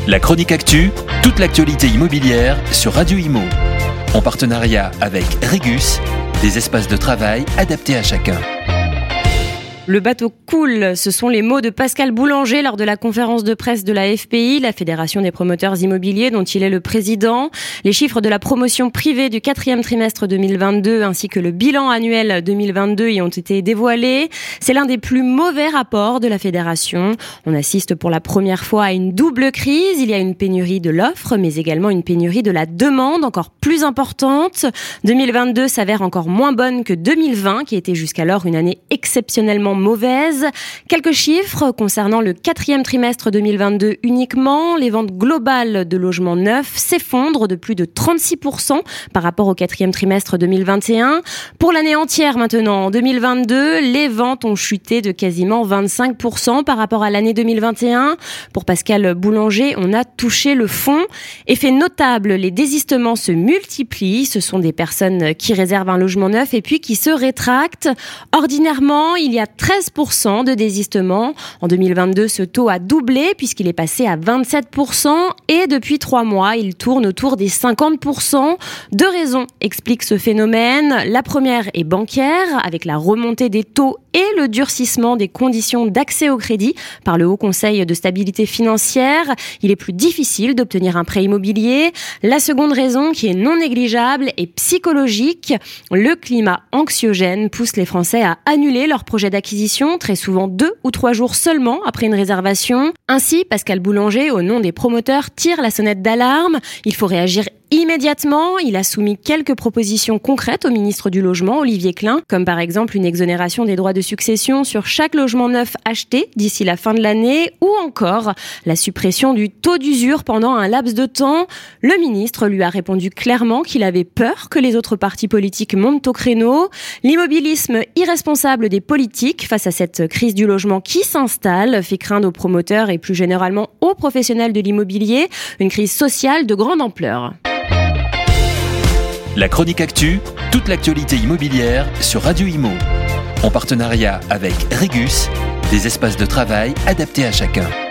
La chronique actu, toute l'actualité immobilière sur Radio Imo. En partenariat avec Regus, des espaces de travail adaptés à chacun. Le bateau coule, ce sont les mots de Pascal Boulanger lors de la conférence de presse de la FPI, la Fédération des promoteurs immobiliers dont il est le président. Les chiffres de la promotion privée du 4e trimestre 2022 ainsi que le bilan annuel 2022 y ont été dévoilés. C'est l'un des plus mauvais rapports de la fédération. On assiste pour la première fois à une double crise. Il y a une pénurie de l'offre, mais également une pénurie de la demande encore plus importante. 2022 s'avère encore moins bonne que 2020, qui était jusqu'alors une année exceptionnellement mauvaise. Quelques chiffres concernant le 4e trimestre 2022 uniquement. Les ventes globales de logements neufs s'effondrent de plus de 36% par rapport au 4e trimestre 2021. Pour l'année entière maintenant, en 2022, les ventes ont chuté de quasiment 25% par rapport à l'année 2021. Pour Pascal Boulanger, on a touché le fond. Effet notable, les désistements se multiplient. Ce sont des personnes qui réservent un logement neuf et puis qui se rétractent. Ordinairement, il y a 13% de désistement. En 2022, ce taux a doublé puisqu'il est passé à 27% et depuis 3 mois, il tourne autour des 50%. Deux raisons expliquent ce phénomène. La première est bancaire, avec la remontée des taux et le durcissement des conditions d'accès au crédit par le Haut Conseil de stabilité financière. Il est plus difficile d'obtenir un prêt immobilier. La seconde raison, qui est non négligeable, est psychologique. Le climat anxiogène pousse les Français à annuler leur projet d'acquisition, très souvent 2 ou 3 jours seulement après une réservation. Ainsi, Pascal Boulanger, au nom des promoteurs, tire la sonnette d'alarme. Il faut réagir immédiatement. Il a soumis quelques propositions concrètes au ministre du Logement, Olivier Klein, comme par exemple une exonération des droits de succession sur chaque logement neuf acheté d'ici la fin de l'année, ou encore la suppression du taux d'usure pendant un laps de temps. Le ministre lui a répondu clairement qu'il avait peur que les autres partis politiques montent au créneau. L'immobilisme irresponsable des politiques face à cette crise du logement qui s'installe fait craindre aux promoteurs et plus généralement aux professionnels de l'immobilier une crise sociale de grande ampleur. La chronique actu, toute l'actualité immobilière sur Radio Imo. En partenariat avec Regus, des espaces de travail adaptés à chacun.